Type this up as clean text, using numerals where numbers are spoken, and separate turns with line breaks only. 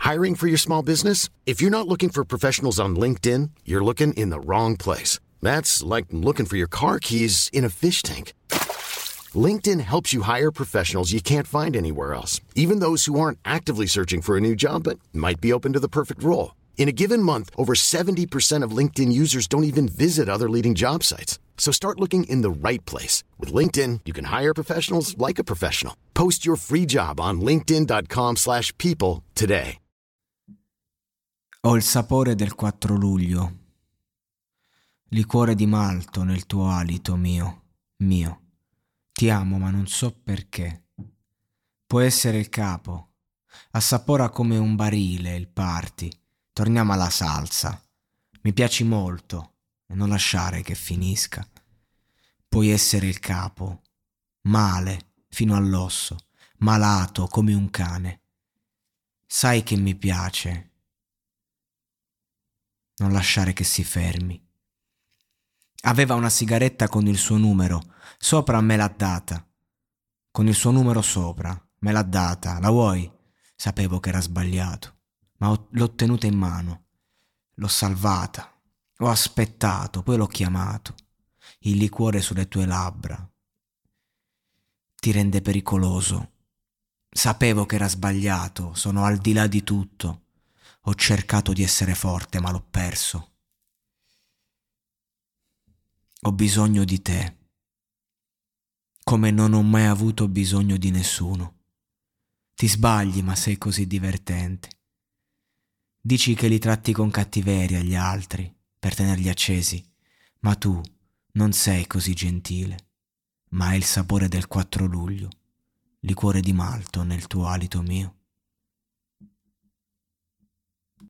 Hiring for your small business? If you're not looking for professionals on LinkedIn, you're looking in the wrong place. That's like looking for your car keys in a fish tank. LinkedIn helps you hire professionals you can't find anywhere else, even those who aren't actively searching for a new job but might be open to the perfect role. In a given month, over 70% of LinkedIn users don't even visit other leading job sites. So start looking in the right place. With LinkedIn, you can hire professionals like a professional. Post your free job on linkedin.com/people today.
Ho il sapore del 4 luglio, liquore di malto nel tuo alito mio. Ti amo ma non so perché. Può essere il capo, assapora come un barile il party. Torniamo alla salsa. Mi piaci molto e non lasciare che finisca. Puoi essere il capo, male fino all'osso, malato come un cane. Sai che mi piace. Non lasciare che si fermi. Aveva una sigaretta con il suo numero, sopra me l'ha data. Con il suo numero sopra, me l'ha data. La vuoi? Sapevo che era sbagliato, ma l'ho tenuta in mano. L'ho salvata. Ho aspettato, poi l'ho chiamato. Il liquore sulle tue labbra ti rende pericoloso. Sapevo che era sbagliato, sono al di là di tutto. Ho cercato di essere forte, ma l'ho perso. Ho bisogno di te, come non ho mai avuto bisogno di nessuno. Ti sbagli, ma sei così divertente. Dici che li tratti con cattiveria gli altri, per tenerli accesi, ma tu non sei così gentile. Ma hai il sapore del 4 luglio, liquore di malto nel tuo alito mio.